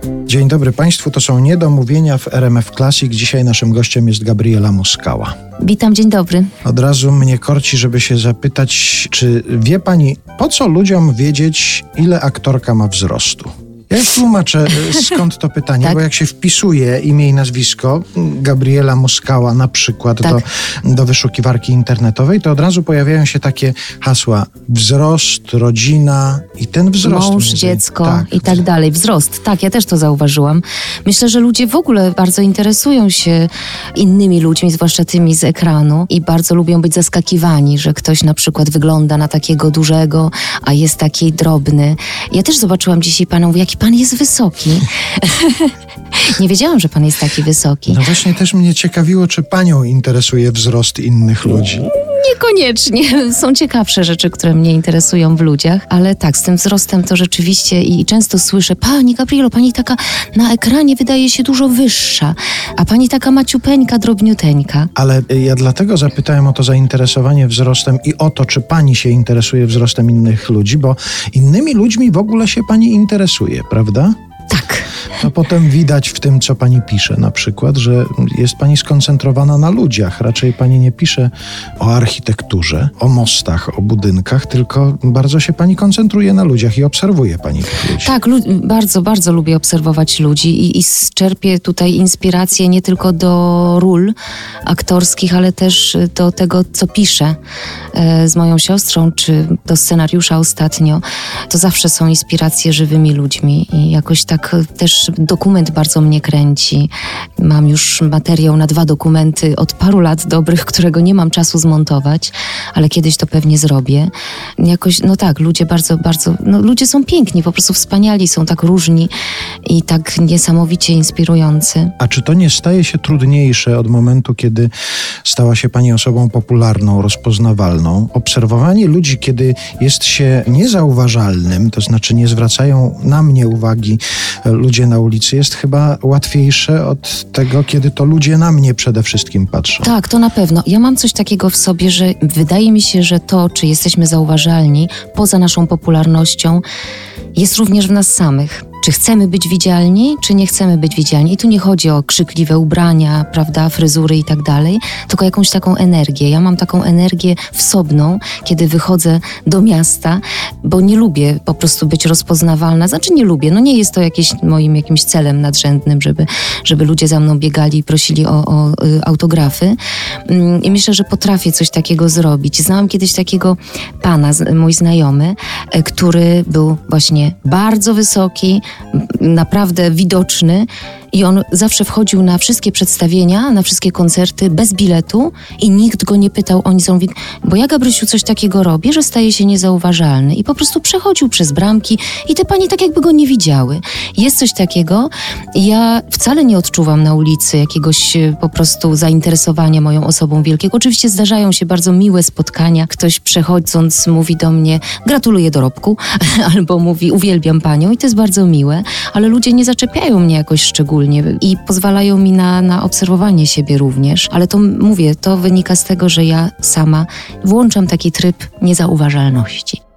Dzień dobry Państwu, to są Niedomówienia w RMF Classic. Dzisiaj naszym gościem jest Gabriela Muskała. Witam, dzień dobry. Od razu mnie korci, żeby się zapytać, czy wie Pani, po co ludziom wiedzieć, ile aktorka ma wzrostu? Ja tłumaczę, skąd to pytanie, Tak. Bo jak się wpisuje imię i nazwisko Gabriela Muskała na przykład Tak. do wyszukiwarki internetowej, to od razu pojawiają się takie hasła: wzrost, rodzina i ten wzrost. Mąż, dziecko i tak dalej. Wzrost, tak, ja też to zauważyłam. Myślę, że ludzie w ogóle bardzo interesują się innymi ludźmi, zwłaszcza tymi z ekranu, i bardzo lubią być zaskakiwani, że ktoś na przykład wygląda na takiego dużego, a jest taki drobny. Ja też zobaczyłam dzisiaj pana, mówię, jaki pan jest wysoki. Nie wiedziałam, że pan jest taki wysoki. No właśnie też mnie ciekawiło, czy Panią interesuje wzrost innych ludzi. Niekoniecznie. Są ciekawsze rzeczy, które mnie interesują w ludziach, ale tak, z tym wzrostem to rzeczywiście i często słyszę: Pani Gabrielo, pani taka na ekranie wydaje się dużo wyższa, a pani taka maciupeńka, drobniuteńka. Ale ja dlatego zapytałem o to zainteresowanie wzrostem i o to, czy Pani się interesuje wzrostem innych ludzi, bo innymi ludźmi w ogóle się Pani interesuje, prawda? Tak. To potem widać w tym, co Pani pisze na przykład, że jest Pani skoncentrowana na ludziach. Raczej Pani nie pisze o architekturze, o mostach, o budynkach, tylko bardzo się Pani koncentruje na ludziach i obserwuje Pani tych ludzi. Tak, bardzo, bardzo lubię obserwować ludzi i czerpię tutaj inspirację nie tylko do ról aktorskich, ale też do tego, co piszę z moją siostrą, czy do scenariusza ostatnio. To zawsze są inspiracje żywymi ludźmi i jakoś tak też dokument bardzo mnie kręci. Mam już materiał na 2 dokumenty od paru lat dobrych, którego nie mam czasu zmontować, ale kiedyś to pewnie zrobię. Jakoś, no tak, ludzie bardzo, bardzo, ludzie są piękni, po prostu wspaniali, są tak różni i tak niesamowicie inspirujący. A czy to nie staje się trudniejsze od momentu, kiedy stała się Pani osobą popularną, rozpoznawalną? Obserwowanie ludzi, kiedy jest się niezauważalnym, to znaczy nie zwracają na mnie uwagi ludzie na ulicy, jest chyba łatwiejsze od tego, kiedy to ludzie na mnie przede wszystkim patrzą. Tak, to na pewno. Ja mam coś takiego w sobie, że wydaje mi się, że to, czy jesteśmy zauważalni poza naszą popularnością, jest również w nas samych. Czy chcemy być widzialni, czy nie chcemy być widzialni. I tu nie chodzi o krzykliwe ubrania, prawda, fryzury i tak dalej, tylko jakąś taką energię. Ja mam taką energię wsobną, kiedy wychodzę do miasta, bo nie lubię po prostu być rozpoznawalna. Znaczy nie lubię, nie jest to moim jakimś celem nadrzędnym, żeby ludzie za mną biegali i prosili o autografy. I myślę, że potrafię coś takiego zrobić. Znałam kiedyś takiego pana, mój znajomy, który był właśnie bardzo wysoki, naprawdę widoczny i on zawsze wchodził na wszystkie przedstawienia, na wszystkie koncerty bez biletu i nikt go nie pytał o nic. On mówi: bo ja, Gabrysiu, coś takiego robię, że staje się niezauważalny, i po prostu przechodził przez bramki i te panie tak jakby go nie widziały. Jest coś takiego. Ja wcale nie odczuwam na ulicy jakiegoś po prostu zainteresowania moją osobą wielkiego. Oczywiście zdarzają się bardzo miłe spotkania. Ktoś przechodząc mówi do mnie: gratuluję dorobku, albo mówi: uwielbiam panią, i to jest bardzo miłe, ale ludzie nie zaczepiają mnie jakoś szczególnie i pozwalają mi na obserwowanie siebie również. Ale to mówię, to wynika z tego, że ja sama włączam taki tryb niezauważalności.